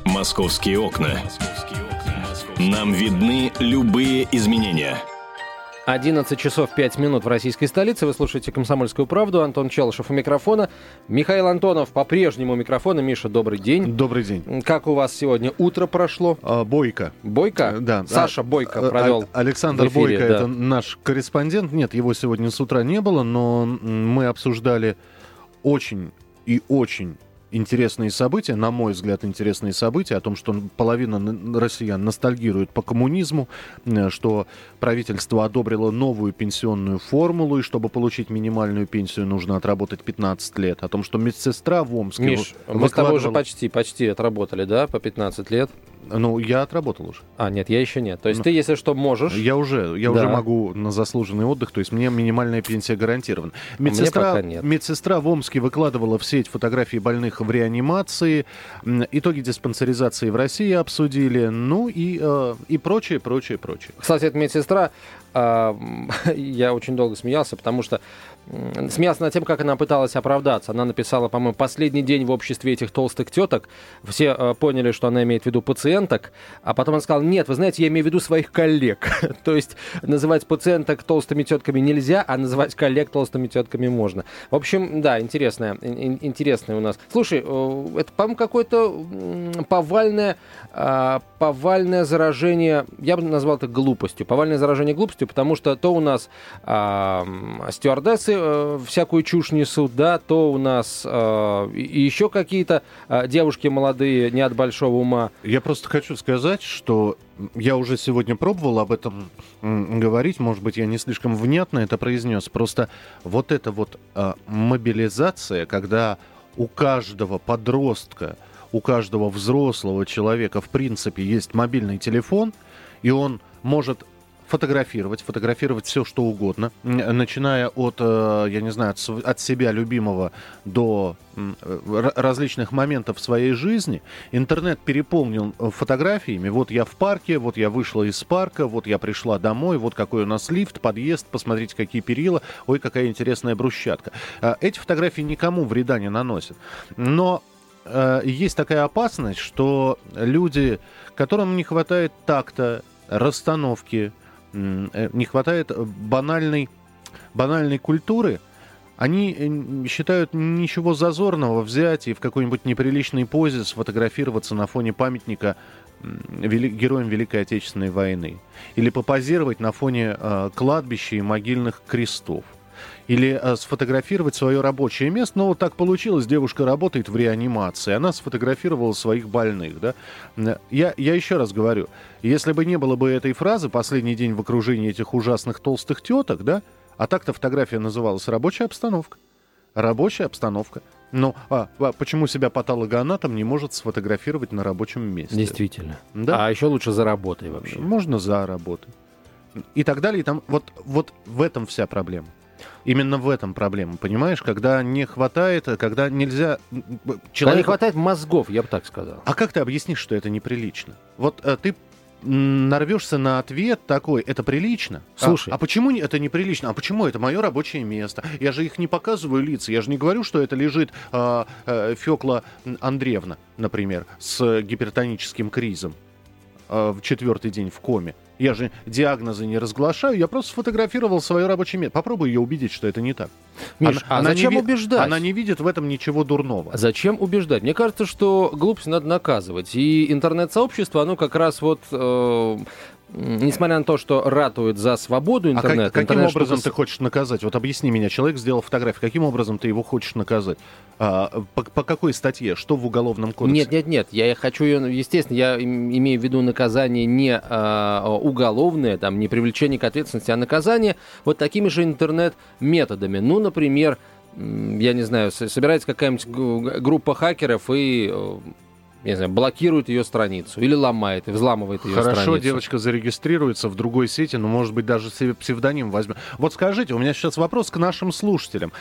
«Московские окна». Нам видны любые изменения. 11 часов 5 минут в российской столице. Вы слушаете «Комсомольскую правду». Антон Челышев у микрофона. Михаил Антонов по-прежнему у микрофона. Миша, добрый день. Добрый день. Как у вас сегодня утро прошло? Бойко. Бойко? Да. Саша Бойко провел Александр в эфире, Бойко, да. это наш корреспондент. Нет, его сегодня с утра не было, но мы обсуждали очень и очень интересные события, на мой взгляд, интересные события о том, что половина россиян ностальгирует по коммунизму, что правительство одобрило новую пенсионную формулу, и чтобы получить минимальную пенсию, нужно отработать 15 лет. О том, что медсестра в Омске... Миш, мы с тобой уже почти отработали, да, по 15 лет? Ну, я отработал уже. Нет, я еще нет. То есть ты, если что, можешь... Я уже могу на заслуженный отдых, то есть мне минимальная пенсия гарантирована. Мне пока нет. Медсестра в Омске выкладывала в сеть фотографии больных в реанимации, итоги диспансеризации в России обсудили, ну и прочее. Кстати, эта медсестра, я очень долго смеялся, потому что смеялся над тем, как она пыталась оправдаться. Она написала, по-моему, «Последний день в обществе этих толстых теток». Все поняли, что она имеет в виду пациенток, а потом она сказала: нет, вы знаете, я имею в виду своих коллег. То есть называть пациенток толстыми тетками нельзя, а называть коллег толстыми тетками можно. В общем, да, интересное у нас. Слушай, это, по-моему, какое-то повальное заражение, я бы назвал это глупостью. Повальное заражение глупостью, потому что то у нас стюардессы всякую чушь несут, да, то у нас и еще какие-то девушки молодые, не от большого ума. Я просто хочу сказать, что я уже сегодня пробовал об этом говорить, может быть, я не слишком внятно это произнес, просто вот эта вот мобилизация, когда у каждого подростка, у каждого взрослого человека, в принципе, есть мобильный телефон, и он может фотографировать все, что угодно, начиная от, я не знаю, от себя любимого до различных моментов в своей жизни. Интернет переполнен фотографиями. Вот я в парке, вот я вышла из парка, вот я пришла домой, вот какой у нас лифт, подъезд, посмотрите, какие перила, ой, какая интересная брусчатка. Эти фотографии никому вреда не наносят. Но есть такая опасность, что люди, которым не хватает такта, расстановки, не хватает банальной культуры, они считают ничего зазорного взять и в какой-нибудь неприличной позе сфотографироваться на фоне памятника героям Великой Отечественной войны. Или попозировать на фоне кладбища и могильных крестов. Или сфотографировать свое рабочее место. Но вот так получилось, девушка работает в реанимации, она сфотографировала своих больных. Да? Я еще раз говорю, если бы не было бы этой фразы «последний день в окружении этих ужасных толстых теток», да, а так-то фотография называлась «рабочая обстановка». Рабочая обстановка. Но почему себя патологоанатом не может сфотографировать на рабочем месте? Действительно. Да? А еще лучше за работой вообще. Можно за работой. И так далее. И там, вот в этом вся проблема. Именно в этом проблема, понимаешь? Когда не хватает, когда нельзя... Когда не хватает мозгов, я бы так сказал. А как ты объяснишь, что это неприлично? Вот ты нарвешься на ответ такой: это прилично? Слушай. А почему это неприлично? А почему это мое рабочее место? Я же их не показываю лица. Я же не говорю, что это лежит Фёкла Андреевна, например, с гипертоническим кризом в 4-й день в коме. Я же диагнозы не разглашаю, я просто сфотографировал свое рабочее место. Попробуй ее убедить, что это не так. Миш, зачем убеждать? Она не видит в этом ничего дурного. Зачем убеждать? Мне кажется, что глупость надо наказывать. И интернет-сообщество, оно как раз вот... несмотря на то, что ратует за свободу интернета... Каким образом ты хочешь наказать? Вот объясни меня, человек сделал фотографию, каким образом ты его хочешь наказать? По какой статье? Что в Уголовном кодексе? Нет, я хочу ее... Естественно, я имею в виду наказание не уголовное, там, не привлечение к ответственности, а наказание вот такими же интернет-методами. Ну, например, я не знаю, собирается какая-нибудь группа хакеров и... я не знаю, блокирует ее страницу или ломает и взламывает ее страницу. Хорошо, девочка зарегистрируется в другой сети, но, может быть, даже себе псевдоним возьмет. Вот скажите, у меня сейчас вопрос к нашим слушателям.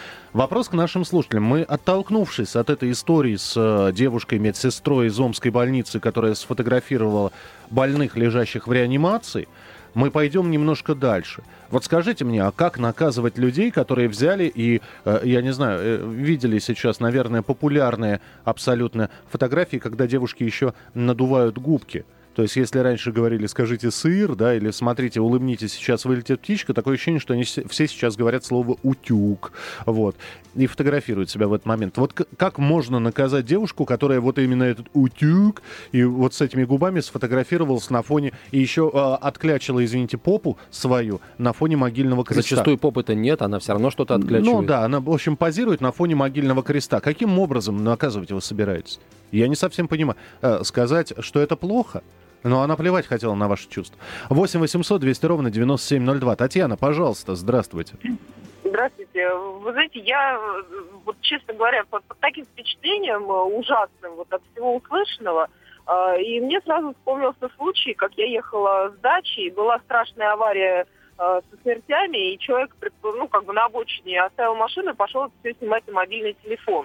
Мы, оттолкнувшись от этой истории с девушкой-медсестрой из Омской больницы, которая сфотографировала больных, лежащих в реанимации, мы пойдем немножко дальше. Вот скажите мне, а как наказывать людей, которые взяли и, я не знаю, видели сейчас, наверное, популярные абсолютно фотографии, когда девушки еще надувают губки. То есть, если раньше говорили «скажите сыр», да, или «смотрите, улыбнитесь, сейчас вылетит птичка», такое ощущение, что они все сейчас говорят слово «утюг», вот, и фотографируют себя в этот момент. Вот как можно наказать девушку, которая вот именно этот «утюг» и вот с этими губами сфотографировалась на фоне, и еще отклячила, извините, попу свою на фоне могильного креста? Зачастую попы-то нет, она все равно что-то отклячивает. Ну да, она, в общем, позирует на фоне могильного креста. Каким образом наказывать вы собираетесь? Я не совсем понимаю. Сказать, что это плохо? Но она плевать хотела на ваши чувства. 8 800 200 ровно 9702. Татьяна, пожалуйста, здравствуйте. Здравствуйте. Вы знаете, я, вот честно говоря, под таким впечатлением ужасным вот от всего услышанного, и мне сразу вспомнился случай, как я ехала с дачи, и была страшная авария со смертями, и человек, ну, как бы на обочине оставил машину и пошел это все снимать на мобильный телефон.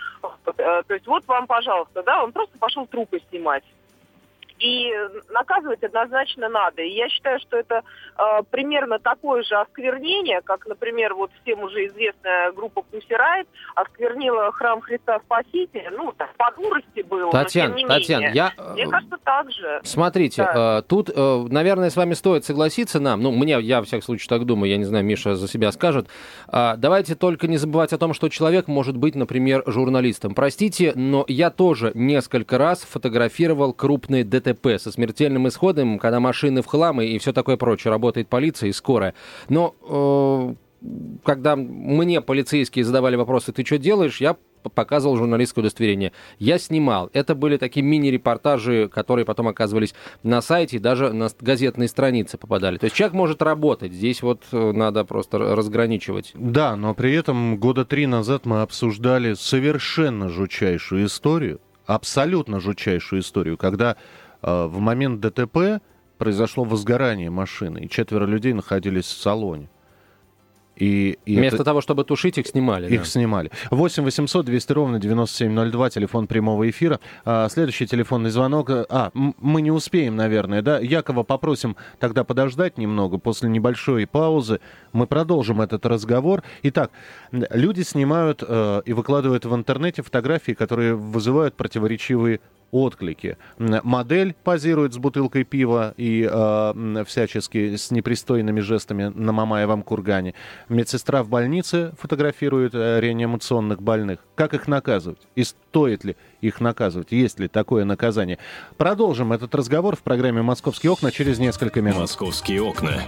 То есть вот вам, пожалуйста, да, он просто пошел трупы снимать. И наказывать однозначно надо. И я считаю, что это примерно такое же осквернение, как, например, вот всем уже известная группа Pussy Riot осквернила храм Христа Спасителя. Ну, так, по дурости было, Татьяна, но тем не менее. Мне кажется, так же. Смотрите, да. Тут, наверное, с вами стоит согласиться нам. Ну, мне, я, во всяком случае, так думаю, я не знаю, Миша за себя скажет. Давайте только не забывать о том, что человек может быть, например, журналистом. Простите, но я тоже несколько раз фотографировал крупные ДТП со смертельным исходом, когда машины в хлам и все такое прочее. Работает полиция и скорая. Но когда мне полицейские задавали вопросы, ты что делаешь, я показывал журналистское удостоверение. Я снимал. Это были такие мини-репортажи, которые потом оказывались на сайте, даже на газетные страницы попадали. То есть человек может работать. Здесь вот надо просто разграничивать. Да, но при этом года 3 назад мы обсуждали совершенно жутчайшую историю, абсолютно жутчайшую историю, когда в момент ДТП произошло возгорание машины, и 4 людей находились в салоне. И вместо того, чтобы тушить, их снимали. Их снимали. 8 800 200 ровно 9702, телефон прямого эфира. Следующий телефонный звонок. Мы не успеем, наверное, да? Якова попросим тогда подождать немного. После небольшой паузы мы продолжим этот разговор. Итак, люди снимают и выкладывают в интернете фотографии, которые вызывают противоречивые отклики. Модель позирует с бутылкой пива и всячески с непристойными жестами на Мамаевом кургане. Медсестра в больнице фотографирует реанимационных больных. Как их наказывать? И стоит ли их наказывать? Есть ли такое наказание? Продолжим этот разговор в программе «Московские окна» через несколько минут. «Московские окна».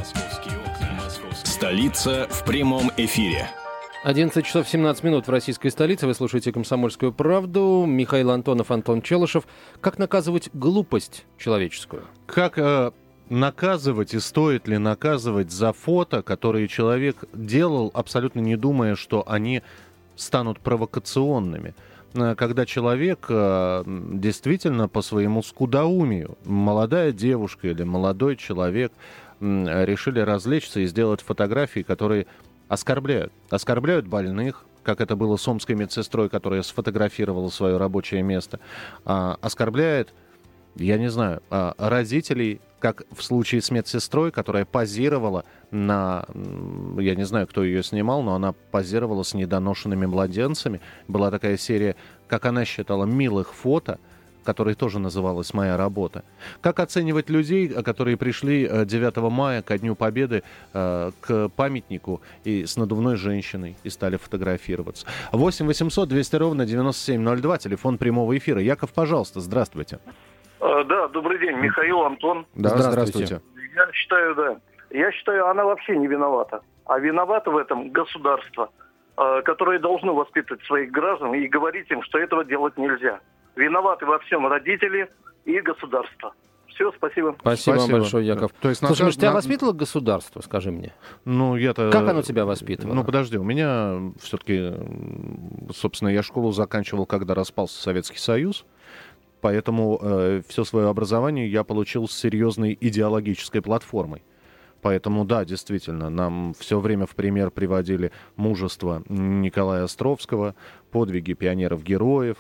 Столица в прямом эфире. 11 часов 17 минут в российской столице. Вы слушаете «Комсомольскую правду». Михаил Антонов, Антон Челышев. Как наказывать глупость человеческую? Как наказывать и стоит ли наказывать за фото, которые человек делал, абсолютно не думая, что они станут провокационными? Когда человек действительно по своему скудоумию, молодая девушка или молодой человек, решили развлечься и сделать фотографии, которые оскорбляют больных, как это было с омской медсестрой, которая сфотографировала свое рабочее место, оскорбляет, я не знаю, родителей, как в случае с медсестрой, которая позировала на, я не знаю, кто ее снимал, но она позировала с недоношенными младенцами. Была такая серия, как она считала, милых фото, которая тоже называлась «Моя работа». Как оценивать людей, которые пришли 9 мая ко Дню Победы к памятнику и с надувной женщиной и стали фотографироваться? 8 800 200 ровно 9702, телефон прямого эфира. Яков, пожалуйста, здравствуйте. Да, добрый день, Михаил, Антон. Да, здравствуйте. Я считаю, она вообще не виновата. А виновато в этом государство, которое должно воспитывать своих граждан и говорить им, что этого делать нельзя. Виноваты во всем родители и государство. Все, спасибо. Спасибо вам большое, Яков. То есть, слушай, Миш, тебя воспитывало государство, скажи мне? Ну, я-то... Как оно тебя воспитывало? Ну, подожди, у меня все-таки, собственно, я школу заканчивал, когда распался Советский Союз, поэтому все свое образование я получил с серьезной идеологической платформой. Поэтому, да, действительно, нам все время в пример приводили мужество Николая Островского, подвиги пионеров-героев,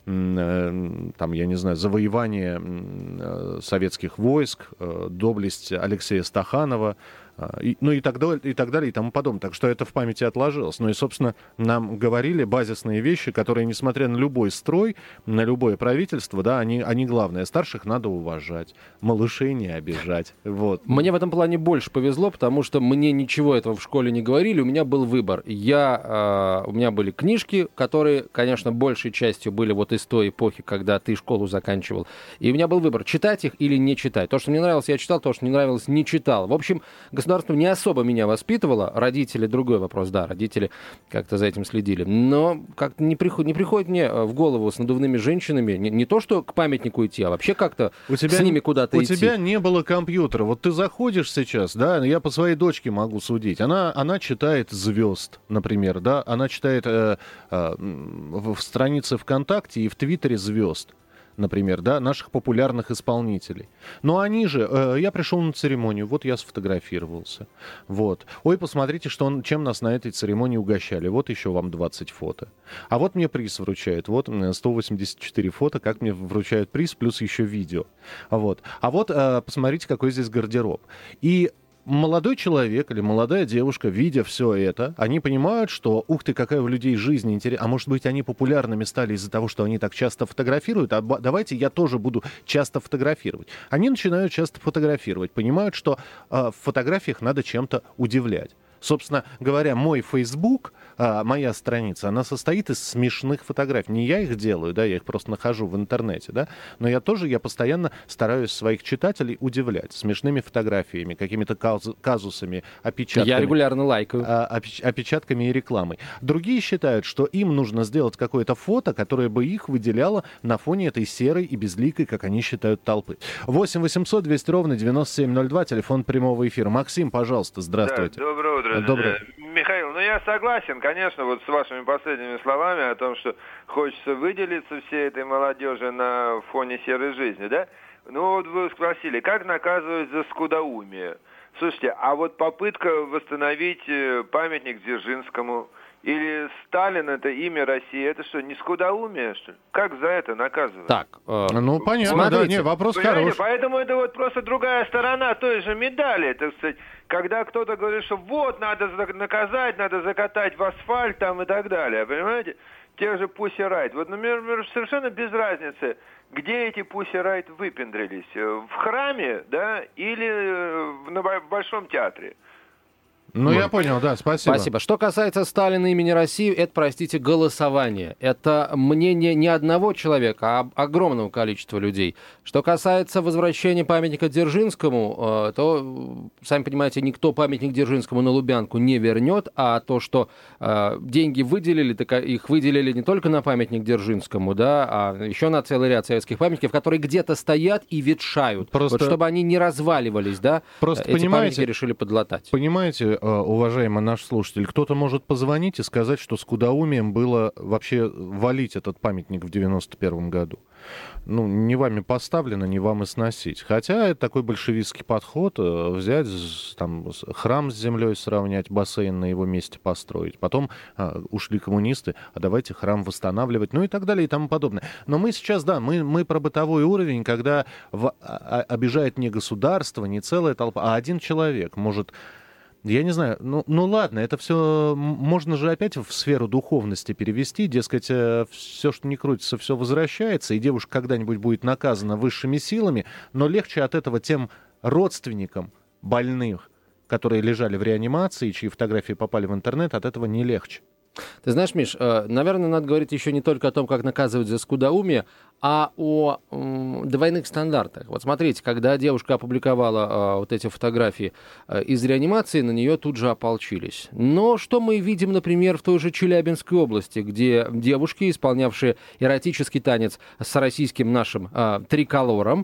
там, я не знаю, завоевание советских войск, доблесть Алексея Стаханова, и так далее, и тому подобное. Так что это в памяти отложилось. Ну и, собственно, нам говорили базисные вещи, которые, несмотря на любой строй, на любое правительство, да, они главное. Старших надо уважать, малышей не обижать. Вот. Мне в этом плане больше повезло, потому что мне ничего этого в школе не говорили, у меня был выбор. У меня были книжки, которые, конечно, большей частью были вот из той эпохи, когда ты школу заканчивал. И у меня был выбор, читать их или не читать. То, что мне нравилось, я читал, то, что не нравилось, не читал. В общем, государство не особо меня воспитывало. Родители, другой вопрос, да, родители как-то за этим следили. Но как-то не приходит мне в голову с надувными женщинами не то, что к памятнику идти, а вообще как-то с ними куда-то идти. У тебя не было компьютера. Вот ты заходишь сейчас, да, я по своей дочке могу судить. Она читает «Звезд», например, да, она читает в странице ВКонтакте и в Твиттере «Звезд». Например, да, наших популярных исполнителей. Но они же... я пришел на церемонию, вот я сфотографировался. Вот. Ой, посмотрите, чем нас на этой церемонии угощали. Вот еще вам 20 фото. А вот мне приз вручают. Вот 184 фото, как мне вручают приз, плюс еще видео. Вот. А вот посмотрите, какой здесь гардероб. И молодой человек или молодая девушка, видя все это, они понимают, что, ух ты, какая у людей жизнь интересная. А может быть, они популярными стали из-за того, что они так часто фотографируют, а давайте я тоже буду часто фотографировать. Они начинают часто фотографировать, понимают, что в фотографиях надо чем-то удивлять. Собственно говоря, мой Facebook, моя страница, она состоит из смешных фотографий. Не я их делаю, да, я их просто нахожу в интернете, да, но я постоянно стараюсь своих читателей удивлять смешными фотографиями, какими-то казусами, опечатками. Я регулярно лайкаю. Опечатками и рекламой. Другие считают, что им нужно сделать какое-то фото, которое бы их выделяло на фоне этой серой и безликой, как они считают, толпы. 8 800 200 ровно 9702, телефон прямого эфира. Максим, пожалуйста, здравствуйте. Да, доброе утро. Доброе. Михаил, я согласен, конечно, вот с вашими последними словами о том, что хочется выделиться всей этой молодежи на фоне серой жизни, да? Вот вы спросили, как наказывать за скудоумие? Слушайте, а вот попытка восстановить памятник Дзержинскому или Сталин, это имя России, это что, не скудоумие, что ли? Как за это наказывать? Так, понятно, смотрите, да, не, вопрос хороший. Поэтому это вот просто другая сторона той же медали, так сказать. Когда кто-то говорит, что вот, надо наказать, надо закатать в асфальт там и так далее, понимаете? Те же Pussy Riot. Вот, например, совершенно без разницы, где эти Pussy Riot выпендрились. В храме, да, или в Большом театре. Я понял, да, спасибо. Спасибо. Что касается Сталина имени России, это, простите, голосование. Это мнение не одного человека, а огромного количества людей. Что касается возвращения памятника Дзержинскому, то, сами понимаете, никто памятник Дзержинскому на Лубянку не вернет, а то, что деньги выделили, так их выделили не только на памятник Дзержинскому, да, а еще на целый ряд советских памятников, которые где-то стоят и ветшают. Вот, чтобы они не разваливались, да, просто эти памятники решили подлатать. Понимаете, уважаемый наш слушатель, кто-то может позвонить и сказать, что скудоумием было вообще валить этот памятник в 91 году. Не вами поставлено, не вам и сносить. Хотя это такой большевистский подход, взять там храм с землей сравнять, бассейн на его месте построить. Потом ушли коммунисты, а давайте храм восстанавливать, и так далее и тому подобное. Но мы сейчас, да, мы про бытовой уровень, когда обижает не государство, не целая толпа, а один человек может... Я не знаю, ладно, это все можно же опять в сферу духовности перевести, дескать, все, что не крутится, все возвращается, и девушка когда-нибудь будет наказана высшими силами, но легче от этого тем родственникам больных, которые лежали в реанимации, чьи фотографии попали в интернет, от этого не легче. Ты знаешь, Миш, наверное, надо говорить еще не только о том, как наказывать за скудоумие, а о двойных стандартах. Вот смотрите, когда девушка опубликовала вот эти фотографии из реанимации, на нее тут же ополчились. Но что мы видим, например, в той же Челябинской области, где девушки, исполнявшие эротический танец с российским нашим триколором,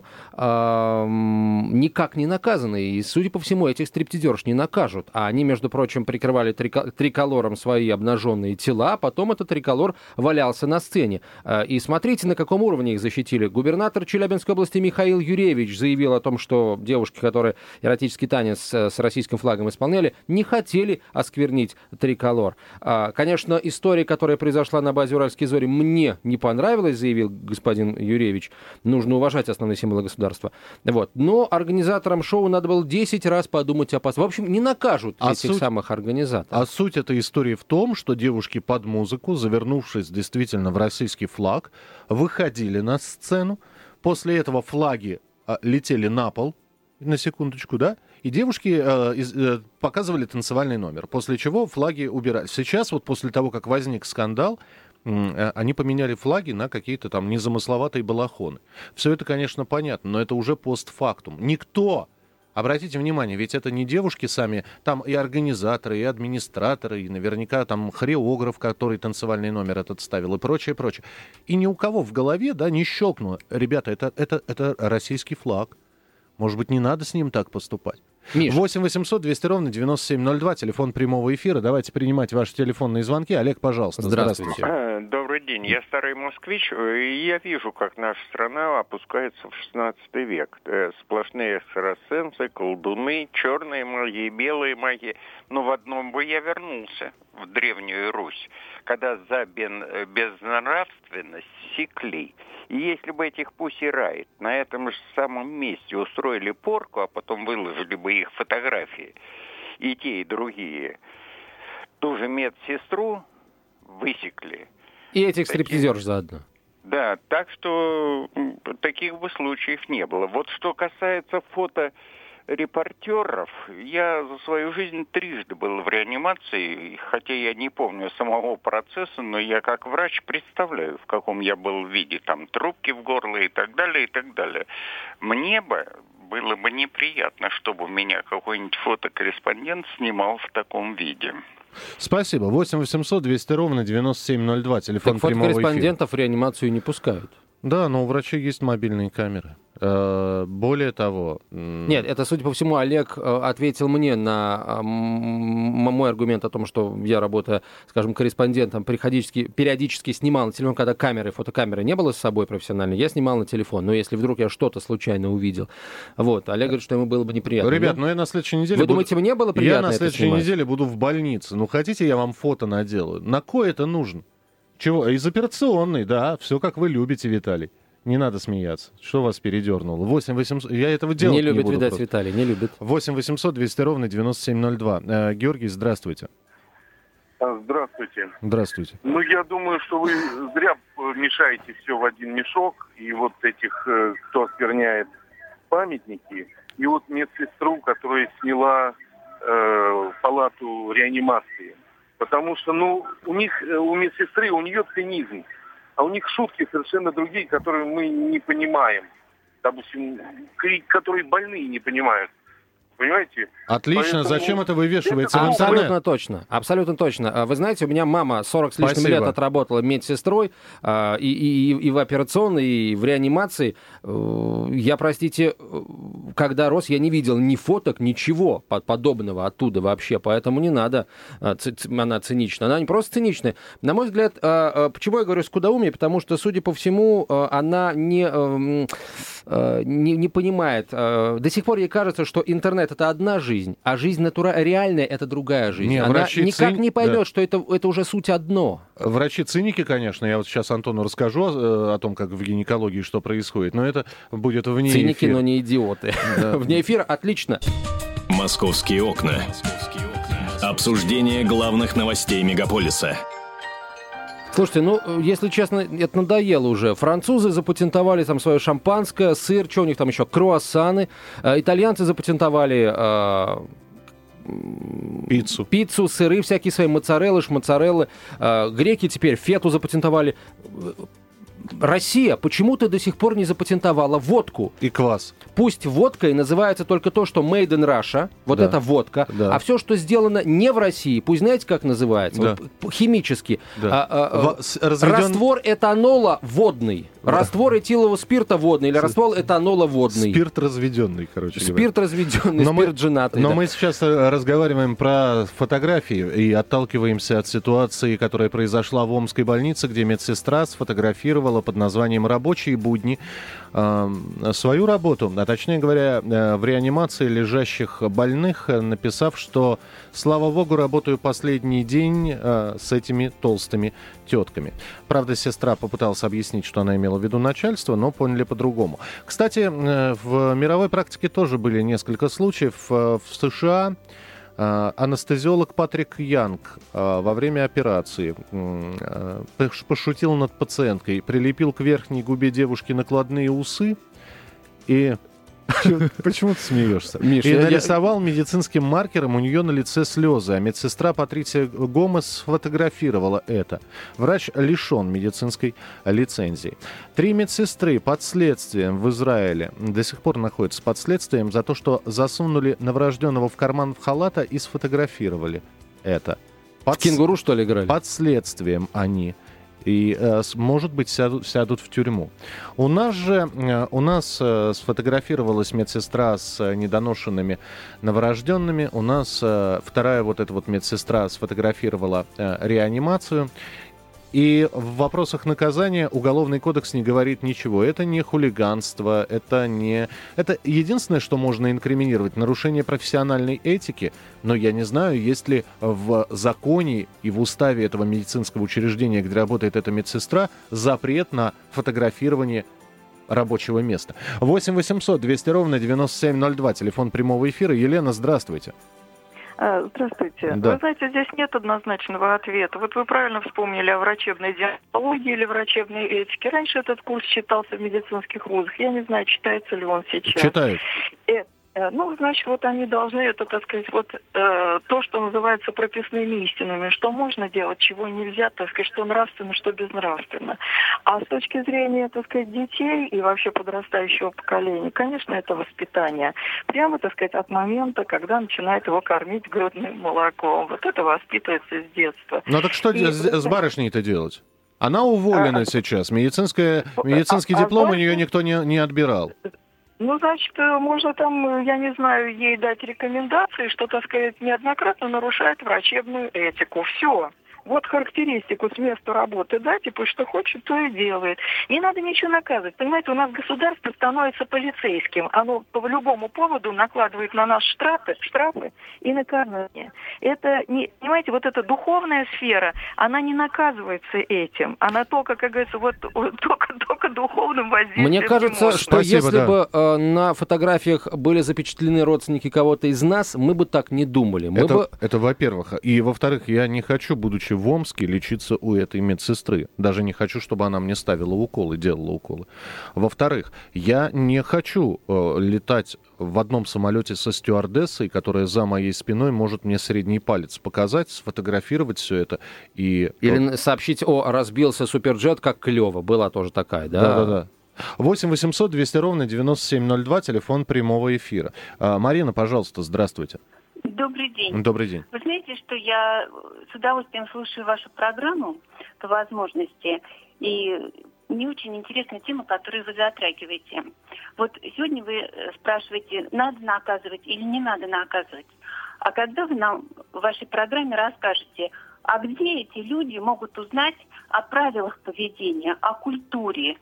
никак не наказаны. И, судя по всему, этих стриптизерш не накажут. А они, между прочим, прикрывали триколором свои обнаженные тела, а потом этот триколор валялся на сцене. И смотрите, на каком уровне они их защитили. Губернатор Челябинской области Михаил Юревич заявил о том, что девушки, которые эротический танец с российским флагом исполняли, не хотели осквернить триколор. Конечно, история, которая произошла на базе «Уральские зори», мне не понравилась, заявил господин Юревич. Нужно уважать основные символы государства. Вот. Но организаторам шоу надо было 10 раз подумать о В общем, не накажут этих самых организаторов. А суть этой истории в том, что девушки под музыку, завернувшись действительно в российский флаг, выходили на сцену. После этого флаги летели на пол, на секундочку, да, и девушки показывали танцевальный номер, после чего флаги убирали. Сейчас вот после того, как возник скандал, они поменяли флаги на какие-то там незамысловатые балахоны. Все это, конечно, понятно, но это уже постфактум. Никто, обратите внимание, ведь это не девушки сами, там и организаторы, и администраторы, и наверняка там хореограф, который танцевальный номер этот ставил, и прочее, прочее. И ни у кого в голове, да, не щелкнуло. Ребята, это российский флаг. Может быть, не надо с ним так поступать? Миш. 8 800 200 ровно 9702, телефон прямого эфира. Давайте принимать ваши телефонные звонки. Олег, пожалуйста. Здравствуйте. Добрый день. Я старый москвич, и я вижу, как наша страна опускается в 16 век. Сплошные экстрасенсы, колдуны, черные маги, белые маги. Но в одном бы я вернулся, в Древнюю Русь, когда за безнравственность секли. И если бы этих Пусси Райт на этом же самом месте устроили порку, а потом выложили бы их фотографии, и те, и другие, ту же медсестру высекли. И этих стриптизерш заодно. Да, так что таких бы случаев не было. Вот что касается фоторепортеров, я за свою жизнь трижды был в реанимации, хотя я не помню самого процесса, но я как врач представляю, в каком я был виде, там трубки в горло и так далее, и так далее. Мне было бы неприятно, чтобы меня какой-нибудь фотокорреспондент снимал в таком виде. Спасибо. 8 800 200 ровно 9702, телефон прямого эфира. Фотокорреспондентов в реанимацию не пускают. Да, но у врачей есть мобильные камеры. Более того... Нет, это, судя по всему, Олег ответил мне на мой аргумент о том, что я, работая, скажем, корреспондентом, периодически снимал на телефон, когда фотокамеры не было с собой профессиональной, я снимал на телефон. Но если вдруг я что-то случайно увидел. Вот, Олег говорит, что ему было бы неприятно. Ребят, я на следующей неделе... Вы думаете, мне было приятно Я на следующей неделе буду в больнице. Хотите, я вам фото наделаю? На кое это нужно? Чего? Из операционной, да. Все, как вы любите, Виталий. Не надо смеяться. Что вас передернуло? 8 800... Я этого делать не буду. Не любит, видать, просто. Виталий, не любит. 8 800 200 ровно 9702. Георгий, здравствуйте. Здравствуйте. Здравствуйте. Я думаю, что вы зря мешаете все в один мешок. И вот этих, кто оскверняет памятники, и вот медсестру, которая сняла палату реанимации. Потому что, у медсестры, у нее цинизм. А у них шутки совершенно другие, которые мы не понимаем. Допустим, которые больные не понимают. Понимаете? Отлично. Поэтому... Зачем это вывешивается в интернет? Абсолютно точно. Абсолютно точно. Вы знаете, у меня мама 40 с лишним лет отработала медсестрой и в операционной, и в реанимации. Я, простите, когда рос, я не видел ни фоток, ничего подобного оттуда вообще. Поэтому не надо. Она цинична. Она не просто циничная. На мой взгляд, почему я говорю скудоумие? Потому что, судя по всему, она не понимает. До сих пор ей кажется, что интернет — это одна жизнь, а жизнь реальная — это другая жизнь. Она никак не поймет, что это уже суть одно. Врачи-циники, конечно. Я вот сейчас Антону расскажу о том, как в гинекологии что происходит, но это будет вне эфира. Циники, но не идиоты. Вне эфира отлично. «Московские окна». Обсуждение главных новостей мегаполиса. Слушайте, если честно, это надоело уже. Французы запатентовали там свое шампанское, сыр, что у них там еще, круассаны. Итальянцы запатентовали пиццу, сыры всякие свои, моцареллы, шмоцареллы. Греки теперь фету запатентовали. Россия почему-то до сих пор не запатентовала водку. И квас. Пусть водкой называется только то, что made in Russia, вот это водка, а все, что сделано не в России, пусть знаете, как называется? Вот, химически. Раствор этанола водный. Раствор этилового спирта водный или раствор этанола водный. Спирт разведенный, короче говоря. Спирт разведенный, спирт женатый. Но мы сейчас разговариваем про фотографии и отталкиваемся от ситуации, которая произошла в Омской больнице, где медсестра сфотографировала дело под названием «Рабочие будни». Свою работу, а точнее говоря, в реанимации лежащих больных, написав, что, слава богу, работаю последний день с этими толстыми тетками. Правда, сестра попыталась объяснить, что она имела в виду начальство, но поняли по-другому. Кстати, в мировой практике тоже были несколько случаев. В США анестезиолог Патрик Янг во время операции пошутил над пациенткой, прилепил к верхней губе девушки накладные усы и... Почему ты смеешься? Миш, и нарисовал медицинским маркером у нее на лице слезы, а медсестра Патрисия Гомес сфотографировала это. Врач лишен медицинской лицензии. 3 медсестры под следствием в Израиле до сих пор находятся под следствием за то, что засунули новорожденного в карман халата и сфотографировали это. В кенгуру, что ли, играли? Под следствием они. И, может быть, сядут в тюрьму. У нас сфотографировалась медсестра с недоношенными новорожденными. У нас вторая вот эта вот медсестра сфотографировала реанимацию. И в вопросах наказания Уголовный кодекс не говорит ничего. Это не хулиганство, это единственное, что можно инкриминировать, нарушение профессиональной этики. Но я не знаю, есть ли в законе и в уставе этого медицинского учреждения, где работает эта медсестра, запрет на фотографирование рабочего места. 8 800 200 ровно 9702, телефон прямого эфира. Елена, здравствуйте. Здравствуйте. Да. Вы знаете, здесь нет однозначного ответа. Вот вы правильно вспомнили о врачебной диалогии или врачебной этике. Раньше этот курс читался в медицинских вузах. Я не знаю, читается ли он сейчас. Читают. Значит, вот они должны это, так сказать, то, что называется прописными истинами, что можно делать, чего нельзя, так сказать, что нравственно, что безнравственно. А с точки зрения, так сказать, детей и вообще подрастающего поколения, конечно, это воспитание. Прямо, так сказать, от момента, когда начинает его кормить грудным молоком. Вот это воспитывается с детства. Ну так что с барышней-то делать? Она уволена сейчас. Медицинский диплом у нее никто не отбирал. Значит, можно там, я не знаю, ей дать рекомендации, что, так сказать, неоднократно нарушает врачебную этику. Все. Вот характеристику с места работы дать, и пусть что хочет, то и делает. Не надо ничего наказывать. Понимаете, у нас государство становится полицейским. Оно по любому поводу накладывает на нас штрафы и наказания. Это, понимаете, вот эта духовная сфера, она не наказывается этим. Она только, как говорится, только духовным воздействием. Мне кажется, что Спасибо, если бы на фотографиях были запечатлены родственники кого-то из нас, мы бы так не думали. Это во-первых. И во-вторых, я не хочу, будучи в Омске, лечиться у этой медсестры. Даже не хочу, чтобы она мне ставила уколы, делала уколы. Во-вторых, я не хочу летать в одном самолете со стюардессой, которая за моей спиной может мне средний палец показать, сфотографировать все это. Или сообщить, разбился суперджет, как клево. Была тоже такая, да? Да. 8 800 200 ровно 9702, телефон прямого эфира. Марина, пожалуйста, здравствуйте. Добрый день. Добрый день. Вы знаете, что я с удовольствием слушаю вашу программу по возможности, и мне очень интересна тема, которую вы затрагиваете. Вот сегодня вы спрашиваете, надо наказывать или не надо наказывать. А когда вы нам в вашей программе расскажете, а где эти люди могут узнать о правилах поведения, о культуре,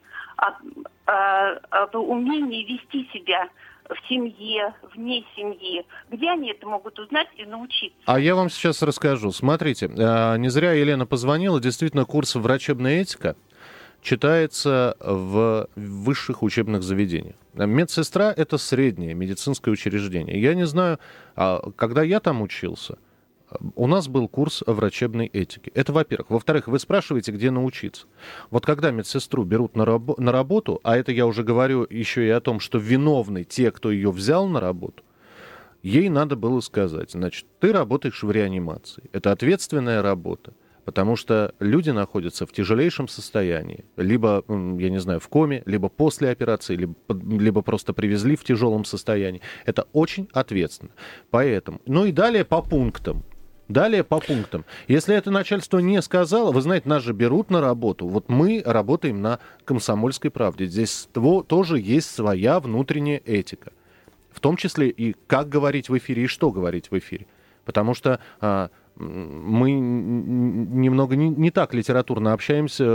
об умении вести себя в семье, вне семьи. Где они это могут узнать и научиться? А я вам сейчас расскажу. Смотрите, не зря Елена позвонила. Действительно, курс «Врачебная этика» читается в высших учебных заведениях. Медсестра — это среднее медицинское учреждение. Я не знаю, когда я там учился, у нас был курс врачебной этики. Это во-первых. Во-вторых, вы спрашиваете, где научиться. Вот когда медсестру берут на работу, а это я уже говорю еще и о том, что виновны те, кто ее взял на работу, ей надо было сказать, значит, ты работаешь в реанимации. Это ответственная работа, потому что люди находятся в тяжелейшем состоянии. Либо, я не знаю, в коме, либо после операции, либо просто привезли в тяжелом состоянии. Это очень ответственно. Поэтому, и далее по пунктам. Если это начальство не сказало, вы знаете, нас же берут на работу. Вот мы работаем на «Комсомольской правде». Здесь тоже есть своя внутренняя этика. В том числе и как говорить в эфире, и что говорить в эфире. Потому что мы немного не так литературно общаемся в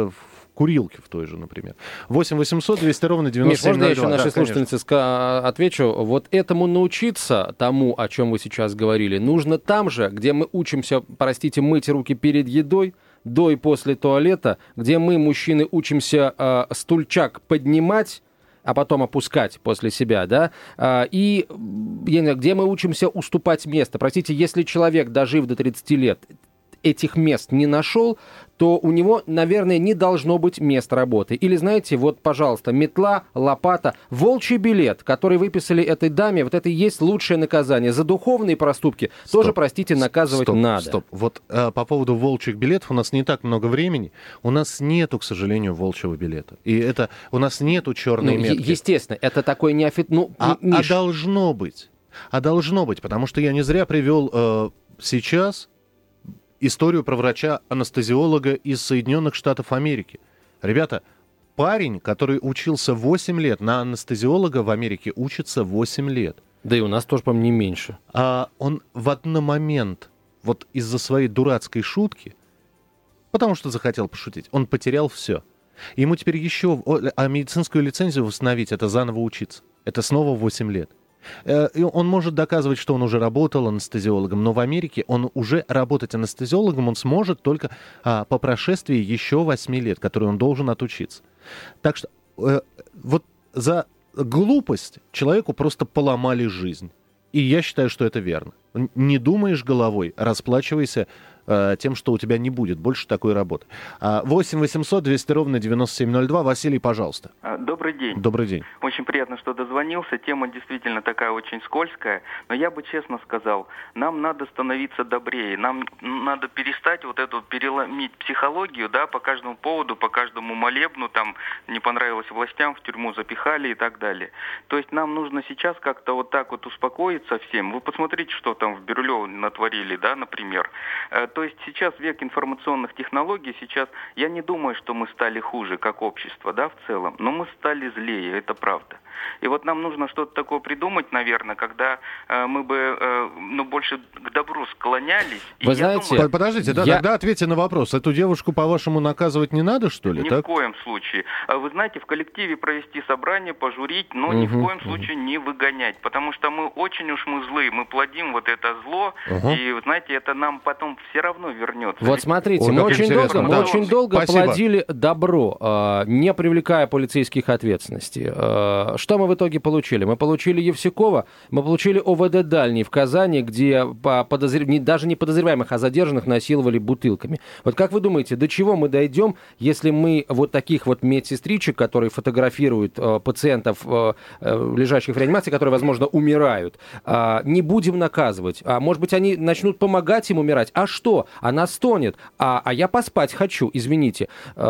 курилке в той же, например. 8 800 200 ровно 9702. Миш, можно я еще нашей да, слушательнице отвечу? Вот этому научиться, тому, о чем вы сейчас говорили, нужно там же, где мы учимся, простите, мыть руки перед едой, до и после туалета, где мы, мужчины, учимся стульчак поднимать, а потом опускать после себя, да, и где мы учимся уступать место. Простите, если человек, дожив до 30 лет, этих мест не нашел, то у него, наверное, не должно быть мест работы. Или, знаете, вот, пожалуйста, метла, лопата, волчий билет, который выписали этой даме, вот это и есть лучшее наказание. За духовные проступки тоже, простите, наказывать надо. Стоп. Вот по поводу волчьих билетов у нас не так много времени. У нас нету, к сожалению, волчьего билета. И это у нас нету черной метки. Естественно, это такой А должно быть. Потому что я не зря привел сейчас историю про врача-анестезиолога из Соединенных Штатов Америки. Ребята, парень, который учился 8 лет, на анестезиолога в Америке учится 8 лет. Да и у нас тоже, по-моему, не меньше. Он в один момент, вот из-за своей дурацкой шутки, потому что захотел пошутить, он потерял все. Ему теперь еще... А медицинскую лицензию восстановить, это заново учиться. Это снова 8 лет. И он может доказывать, что он уже работал анестезиологом, но в Америке он уже работать анестезиологом он сможет только по прошествии еще 8 лет, которые он должен отучиться. Так что вот за глупость человеку просто поломали жизнь. И я считаю, что это верно. Не думаешь головой, расплачивайся тем, что у тебя не будет больше такой работы. 8 800 200 ровно 9702. Василий, пожалуйста. Добрый день. Добрый день. Очень приятно, что дозвонился. Тема действительно такая очень скользкая. Но я бы честно сказал, нам надо становиться добрее. Нам надо перестать вот эту переломить психологию, да, по каждому поводу, по каждому молебну, там, не понравилось властям, в тюрьму запихали и так далее. То есть нам нужно сейчас как-то вот так вот успокоиться всем. Вы посмотрите, что там в Бирюлево натворили, да, например. То есть сейчас век информационных технологий, сейчас я не думаю, что мы стали хуже как общество, да, в целом, но мы стали злее, это правда. И вот нам нужно что-то такое придумать, наверное, когда мы бы больше к добру склонялись. Вы знаете... Подождите, тогда ответьте на вопрос. Эту девушку, по-вашему, наказывать не надо, что ли? Ни в коем случае. Вы знаете, в коллективе провести собрание, пожурить, но ни в коем случае не выгонять, потому что мы злые, мы плодим вот это зло, и, знаете, это нам потом все равно вернется. Вот смотрите, мы очень долго плодили добро, не привлекая полицейских ответственности. Что мы в итоге получили? Мы получили Евсюкова, мы получили ОВД «Дальний» в Казани, где даже не подозреваемых, а задержанных насиловали бутылками. Вот как вы думаете, до чего мы дойдем, если мы вот таких вот медсестричек, которые фотографируют пациентов, лежащих в реанимации, которые, возможно, умирают, не будем наказывать? Может быть, они начнут помогать им умирать? А что? Она стонет, а я поспать хочу, извините.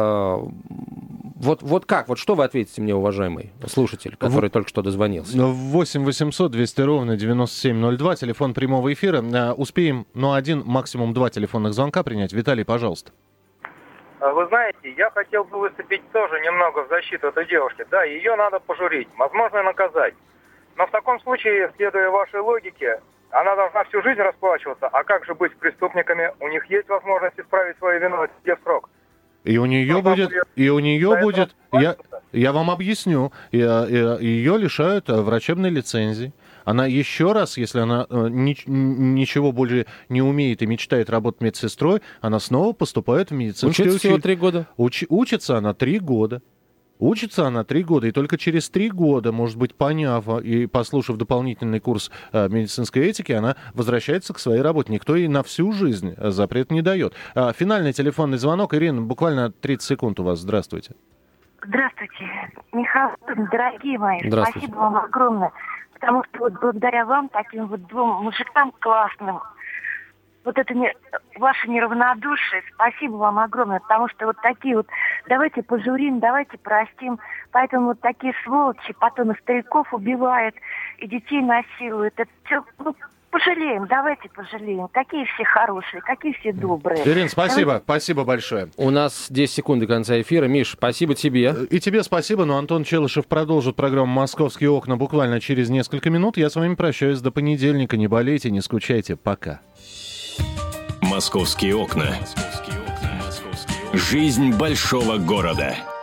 Вот как? Вот что вы ответите мне, уважаемый слушатель, который только что дозвонился? 8 800 200 ровно 9702, телефон прямого эфира. Успеем, один, максимум 2 телефонных звонка принять. Виталий, пожалуйста. Вы знаете, я хотел бы выступить тоже немного в защиту этой девушки. Да, ее надо пожурить, возможно, наказать. Но в таком случае, следуя вашей логике, она должна всю жизнь расплачиваться. А как же быть с преступниками? У них есть возможность исправить свою вину, где срок. И у нее будет, я вам объясню, ее лишают врачебной лицензии. Она еще раз, если она ничего больше не умеет и мечтает работать медсестрой, она снова поступает в медицинское училище. Учится всего 3 года? Учится она 3 года. Учится она 3 года, и только через 3 года, может быть, поняв и послушав дополнительный курс медицинской этики, она возвращается к своей работе. Никто ей на всю жизнь запрет не дает. Финальный телефонный звонок. Ирина, буквально 30 секунд у вас. Здравствуйте. Здравствуйте, Михаил, дорогие мои. Спасибо вам огромное. Потому что вот благодаря вам, таким вот 2 мужикам классным, вот это ваше неравнодушие, спасибо вам огромное, потому что вот такие вот, давайте пожурим, давайте простим, поэтому вот такие сволочи потом и стариков убивают, и детей насилуют, это все, пожалеем, давайте пожалеем, какие все хорошие, какие все добрые. Ирина, спасибо, спасибо большое. У нас 10 секунд до конца эфира. Миш, спасибо тебе. И тебе спасибо, но Антон Челышев продолжит программу «Московские окна» буквально через несколько минут. Я с вами прощаюсь до понедельника, не болейте, не скучайте, пока. «Московские окна». Жизнь большого города.